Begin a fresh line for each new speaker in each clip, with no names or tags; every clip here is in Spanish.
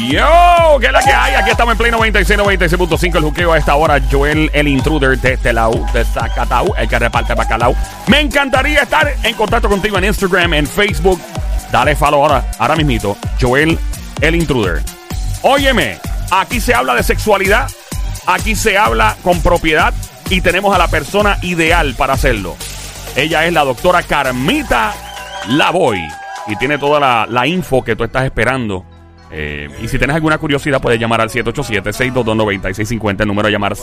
Yo, ¿qué es la que hay? Aquí estamos en Play 96, 96.5. El juqueo a esta hora. Joel, el intruder de este lado, de Zacatau, el que reparte bacalao. Me encantaría estar en contacto contigo en Instagram, en Facebook. Dale follow ahora mismito. Joel, el intruder. Óyeme, aquí se habla de sexualidad. Aquí se habla con propiedad. Y tenemos a la persona ideal para hacerlo. Ella es la doctora Carmita Lavoy. Y tiene toda la info que tú estás esperando. Y si tienes alguna curiosidad, puedes llamar al 787-622-9650. El número de llamar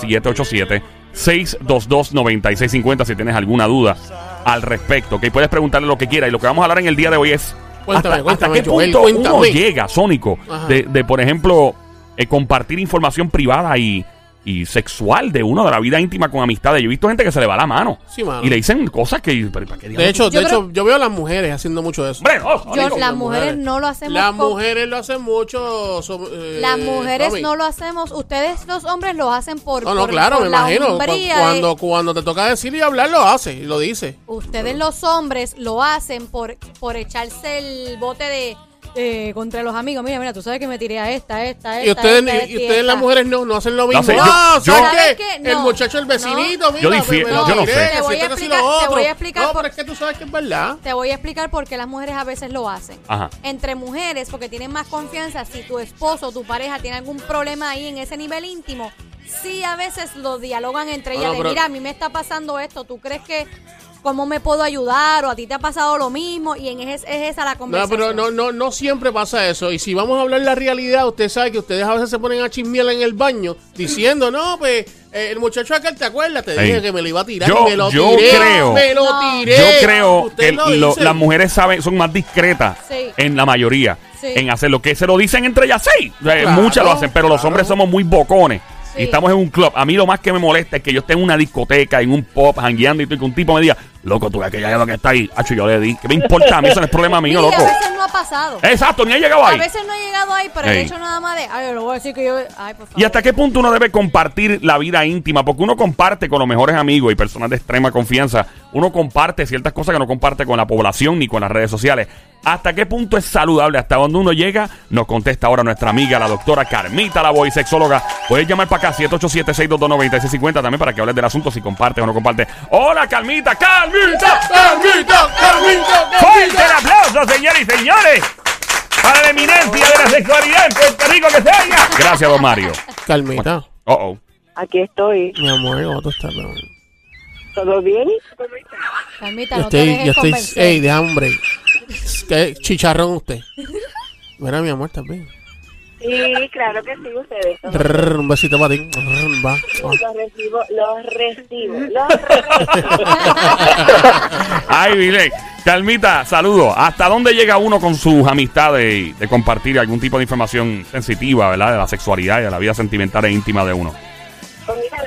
787-622-9650 si tienes alguna duda al respecto. ¿Okay? Puedes preguntarle lo que quieras. Y lo que vamos a hablar en el día de hoy es hasta qué punto uno llega, Sónico, de por ejemplo, compartir información privada y sexual de uno, de la vida íntima con amistades. Yo he visto gente que se le va la mano. Sí, mano. Y le dicen cosas que...
De hecho, yo veo a las mujeres haciendo mucho eso.
Las mujeres no lo hacemos.
Las mujeres lo hacen mucho.
Las mujeres no lo hacemos. Ustedes, los hombres, lo hacen por
claro, me imagino. Cuando te toca decir y hablar, lo hace y lo dice.
Ustedes, los hombres, lo hacen por echarse el bote de... contra los amigos, mira, tú sabes que me tiré a esta.
Y ustedes las mujeres no hacen lo mismo. ¿Sabes qué? No. El muchacho, el vecinito, mira,
yo no sé.
Te voy a explicar.
No, pero es que tú sabes que es verdad.
Te voy a explicar por qué las mujeres a veces lo hacen.
Ajá.
Entre mujeres, porque tienen más confianza. Si tu esposo o tu pareja tiene algún problema ahí en ese nivel íntimo, sí, a veces lo dialogan entre ellas. Mira, a mí me está pasando esto, ¿tú crees que cómo me puedo ayudar? O a ti te ha pasado lo mismo. Y es esa la conversación.
No, pero no siempre pasa eso. Y si vamos a hablar la realidad, usted sabe que ustedes a veces se ponen a chismear en el baño diciendo, no, pues el muchacho aquel, ¿te acuerdas? Te dije que me lo iba a tirar.
Yo
creo
que las mujeres son más discretas en la mayoría en hacer lo que se lo dicen entre ellas. Muchas lo hacen, pero los hombres somos muy bocones. Y estamos en un club. A mí lo más que me molesta es que yo esté en una discoteca, en un pop, jangueando y que un tipo me diga, loco, tú ves que ya lleva que está ahí. Hacho, yo le di. ¿Qué me importa a mí? Eso no es problema mío, loco.
A veces no ha pasado.
Exacto, ni ha llegado ahí.
A veces no ha llegado ahí, pero el hecho nada más de, lo voy a decir que yo... Ay, por favor.
¿Y hasta qué punto uno debe compartir la vida íntima? Porque uno comparte con los mejores amigos y personas de extrema confianza. Uno comparte ciertas cosas que no comparte con la población ni con las redes sociales. ¿Hasta qué punto es saludable? ¿Hasta dónde uno llega? Nos contesta ahora nuestra amiga, la doctora Carmita Lavoy, sexóloga. Puedes llamar para acá, 787-622-9650 también para que hables del asunto, si compartes o no compartes. ¡Hola, Carmita! ¡Carmita! ¡Fuerte el aplauso, señores y señores! Para la eminencia de la sexualidad en Puerto Rico que se oiga. Gracias, don Mario.
Carmita.
Aquí estoy.
Mi amor, ¿cómo tú estás, mi amor?
¿Todo bien?
Carmita, no te dejes convencer.
Ey, de hambre. ¿Qué chicharrón usted? Mira, mi amor, también.
Sí, claro que sí, ustedes.
Un besito para ti.
Los recibo.
Ay, Viley. Carmita, saludos. ¿Hasta dónde llega uno con sus amistades de compartir algún tipo de información sensitiva, ¿verdad? De la sexualidad y de la vida sentimental e íntima de uno.
Pues mira,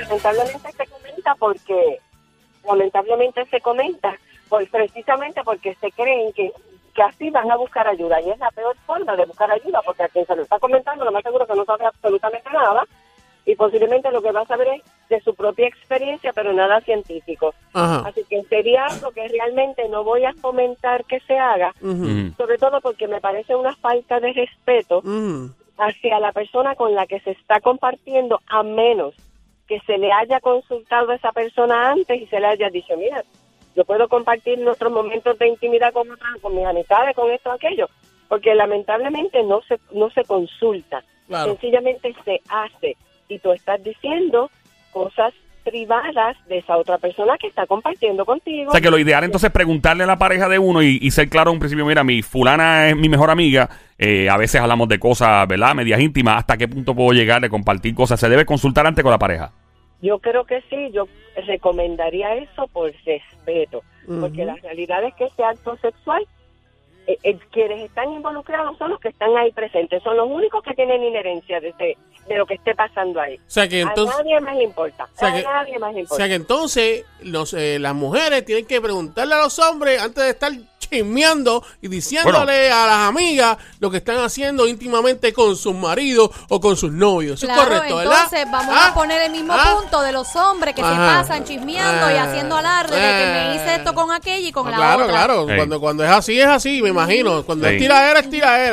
lamentablemente se comenta pues precisamente porque se creen que así van a buscar ayuda, y es la peor forma de buscar ayuda, porque a quien se lo está comentando lo más seguro que no sabe absolutamente nada, y posiblemente lo que va a saber es de su propia experiencia, pero nada científico. Ajá. Así que sería algo que realmente no voy a fomentar que se haga, sobre todo porque me parece una falta de respeto hacia la persona con la que se está compartiendo, a menos que se le haya consultado a esa persona antes y se le haya dicho, mira, yo puedo compartir nuestros momentos de intimidad con mis amistades, con esto o aquello, porque lamentablemente no se consulta, sencillamente se hace, y tú estás diciendo cosas privadas de esa otra persona que está compartiendo contigo.
O sea, que lo ideal entonces es preguntarle a la pareja de uno y ser claro en principio, mira, mi fulana es mi mejor amiga, a veces hablamos de cosas, ¿verdad?, medias íntimas, ¿hasta qué punto puedo llegar de compartir cosas? ¿Se debe consultar antes con la pareja?
Yo creo que sí, yo recomendaría eso por respeto, porque la realidad es que ese acto sexual, quienes están involucrados son los que están ahí presentes, son los únicos que tienen inherencia de lo que esté pasando ahí.
O sea que entonces,
a nadie más le importa.
O sea que entonces las mujeres tienen que preguntarle a los hombres antes de estar chismeando y diciéndole a las amigas lo que están haciendo íntimamente con sus maridos o con sus novios.
Claro,
¿es correcto, verdad?
Entonces vamos a poner el mismo punto de los hombres que se pasan chismeando y haciendo alarde de que me hice esto con aquella y con la otra.
Claro, cuando es así, me imagino. Cuando es tiradera, es tiradera.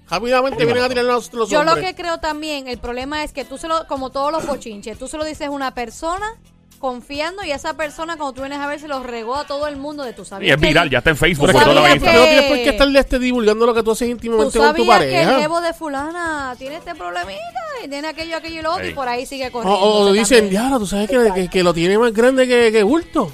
Rápidamente vienen a tirar los hombres.
Yo lo que creo también, el problema es que tú como todos los bochinches, tú se lo dices a una persona confiando y esa persona cuando tú vienes a ver se los regó a todo el mundo de tu sabías.
Y es viral, ya está en Facebook.
No tienes
por qué estarle divulgando lo que tú haces íntimamente con tu pareja.
Que el jevo de fulana tiene este problemita y tiene aquello y lo otro y por ahí sigue corriendo.
O dicen, diablo, tú sabes que lo tiene más grande que bulto.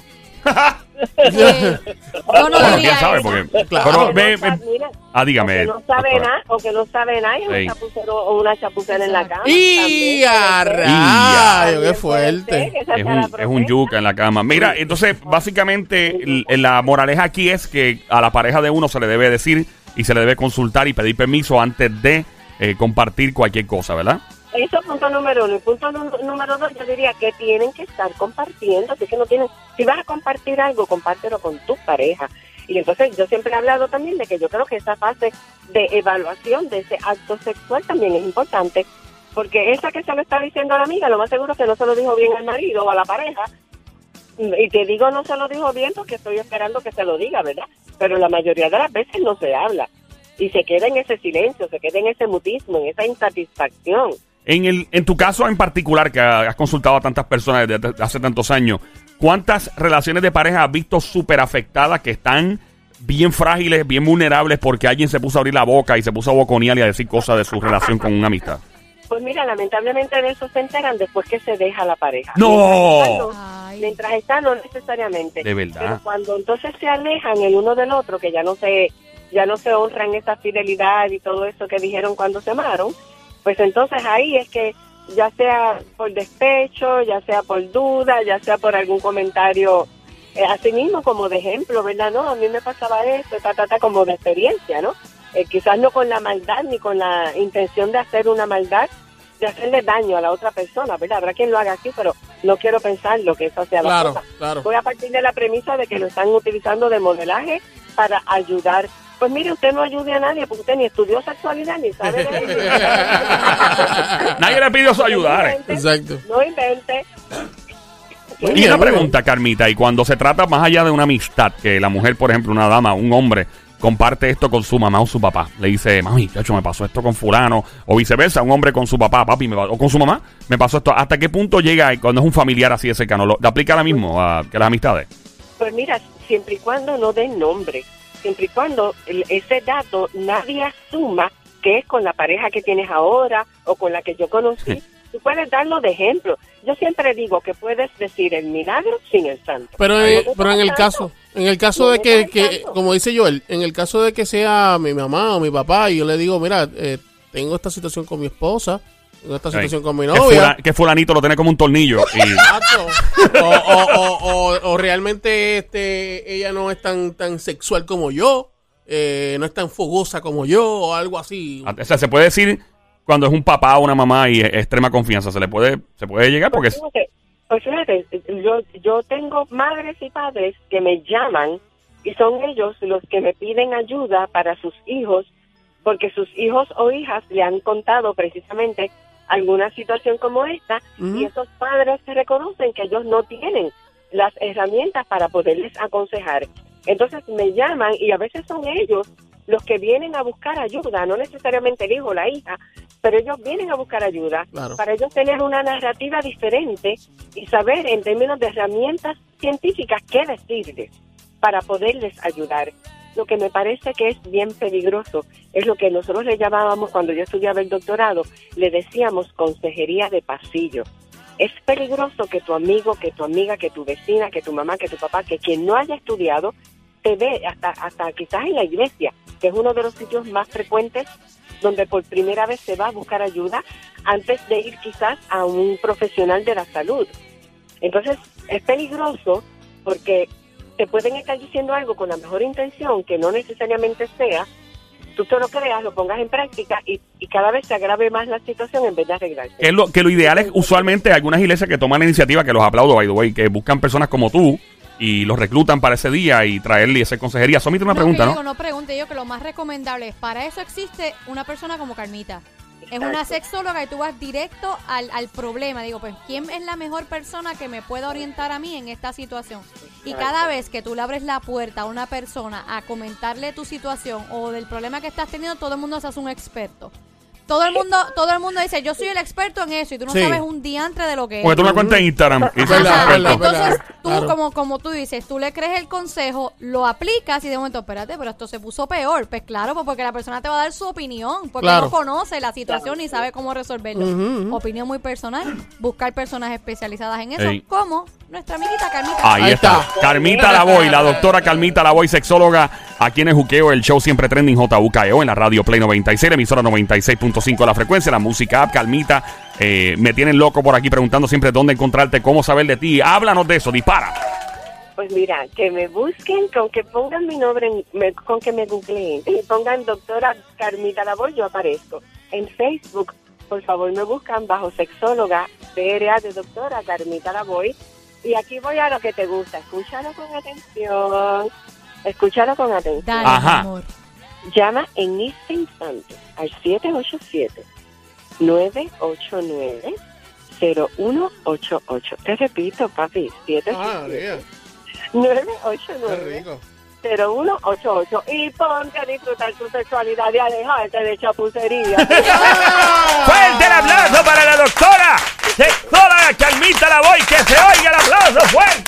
Yo no diría
quién sabe,
eso.
porque
Claro.
dígame.
O que no sabe nada, y un chapucero o una chapucera en la cama.
¡Y a rayo! ¡Qué fuerte!
Es un yuca en la cama. Mira, entonces, básicamente, la moraleja aquí es que a la pareja de uno se le debe decir y se le debe consultar y pedir permiso antes de compartir cualquier cosa, ¿verdad?
Eso es punto número 1. Y punto número 2, yo diría que tienen que estar compartiendo. Así que no tienen. Si vas a compartir algo, compártelo con tu pareja. Y entonces yo siempre he hablado también de que yo creo que esa fase de evaluación de ese acto sexual también es importante. Porque esa que se lo está diciendo a la amiga, lo más seguro es que no se lo dijo bien al marido o a la pareja. Y te digo no se lo dijo bien porque estoy esperando que se lo diga, ¿verdad? Pero la mayoría de las veces no se habla. Y se queda en ese silencio, se queda en ese mutismo, en esa insatisfacción.
En tu caso en particular, que has consultado a tantas personas desde hace tantos años, ¿cuántas relaciones de pareja has visto súper afectadas que están bien frágiles, bien vulnerables porque alguien se puso a abrir la boca y se puso a boconear y a decir cosas de su relación con una amistad?
Pues mira, lamentablemente de eso se enteran después que se deja la pareja.
¡No!
Mientras está, no necesariamente.
De verdad.
Pero cuando entonces se alejan el uno del otro, que ya no se honran esa fidelidad y todo eso que dijeron cuando se amaron, pues entonces ahí es que ya sea por despecho, ya sea por duda, ya sea por algún comentario, así mismo como de ejemplo, ¿verdad? No, a mí me pasaba esto, como de experiencia, ¿no? Quizás no con la maldad ni con la intención de hacer una maldad, de hacerle daño a la otra persona, ¿verdad? Habrá quien lo haga así, pero no quiero pensar lo que eso sea la cosa.
Claro.
Voy a partir de la premisa de que lo están utilizando de modelaje para ayudar. Pues mire, usted no ayude a nadie porque usted ni estudió sexualidad ni sabe de eso.
Nadie le pidió su ayudar.
Exacto.
No invente.
Y una pregunta, Carmita, y cuando se trata más allá de una amistad, que la mujer, por ejemplo, una dama, un hombre, comparte esto con su mamá o su papá, le dice, mami, chacho, me pasó esto con fulano, o viceversa, un hombre con su papá, papi, o con su mamá, me pasó esto. ¿Hasta qué punto llega cuando es un familiar así de cercano? ¿Le aplica ahora mismo que las amistades?
Pues mira, siempre y cuando no den nombre, siempre y cuando ese dato nadie asuma que es con la pareja que tienes ahora o con la que yo conocí. Tú puedes darlo de ejemplo. Yo siempre digo que puedes decir el milagro sin el santo.
Pero en el caso de que, como dice Joel, en el caso de que sea mi mamá o mi papá y yo le digo, mira, tengo esta situación con mi esposa, tengo esta situación con mi novia.
Que fulanito lo tiene como un tornillo.
O realmente ella no es tan sexual como yo, no es tan fogosa como yo o algo así.
O sea, se puede decir cuando es un papá o una mamá y extrema confianza, se puede llegar porque...
Pues fíjate, yo tengo madres y padres que me llaman y son ellos los que me piden ayuda para sus hijos porque sus hijos o hijas le han contado precisamente alguna situación como esta y esos padres se reconocen que ellos no tienen las herramientas para poderles aconsejar. Entonces me llaman y a veces son ellos los que vienen a buscar ayuda, no necesariamente el hijo o la hija, pero ellos vienen a buscar ayuda para ellos tener una narrativa diferente y saber en términos de herramientas científicas qué decirles para poderles ayudar. Lo que me parece que es bien peligroso es lo que nosotros le llamábamos cuando yo estudiaba el doctorado, le decíamos consejería de pasillo. Es peligroso que tu amigo, que tu amiga, que tu vecina, que tu mamá, que tu papá, que quien no haya estudiado, te ve hasta quizás en la iglesia, que es uno de los sitios más frecuentes donde por primera vez se va a buscar ayuda antes de ir quizás a un profesional de la salud. Entonces es peligroso porque te pueden estar diciendo algo con la mejor intención que no necesariamente sea, tú te lo creas, lo pongas en práctica y cada vez se agrave más la situación en vez de arreglarse.
Que lo ideal es usualmente algunas iglesias que toman la iniciativa, que los aplaudo, by the way, que buscan personas como tú y los reclutan para ese día y traerle esa consejería. Somite una pregunta, ¿no?
No pregunte yo, que lo más recomendable es, para eso existe una persona como Carmita. Es una sexóloga y tú vas directo al problema. Digo, pues, ¿quién es la mejor persona que me pueda orientar a mí en esta situación? Y cada vez que tú le abres la puerta a una persona a comentarle tu situación o del problema que estás teniendo, todo el mundo se hace un experto. Todo el mundo dice, yo soy el experto en eso, y tú no sabes un diantre de lo que es.
Porque tú me cuentas en Instagram.
Entonces, tú, como tú dices, tú le crees el consejo, lo aplicas y de momento, espérate, pero esto se puso peor. Pues claro, porque la persona te va a dar su opinión, porque no conoce la situación ni sabe cómo resolverlo. Opinión muy personal, buscar personas especializadas en eso, como nuestra amiguita Carmita.
Ahí está. Carmita Lavoy, la doctora Carmita Lavoy, sexóloga, aquí en el Juqueo, el show siempre trending JUKEO en la radio Play 96, emisora 96.5 la frecuencia, la música app. Carmita, me tienen loco por aquí preguntando siempre dónde encontrarte, cómo saber de ti. Háblanos de eso, dispara.
Pues mira, que me busquen, con que pongan mi nombre, con que me googleen y pongan doctora Carmita Lavoy, yo aparezco. En Facebook, por favor, me buscan bajo sexóloga, PRA de doctora Carmita Lavoy. Y aquí voy a lo que te gusta. Escúchalo con atención.
Dale,
Ajá.
amor.
Llama en este instante al 787-989-0188. Te repito, papi, 787-989-0188. Y ponte a disfrutar tu sexualidad y alejarte de chapucería.
¡Fuerte el aplauso para la doctora sexóloga Carmita Lavoy! ¡Que se oiga el aplauso fuerte!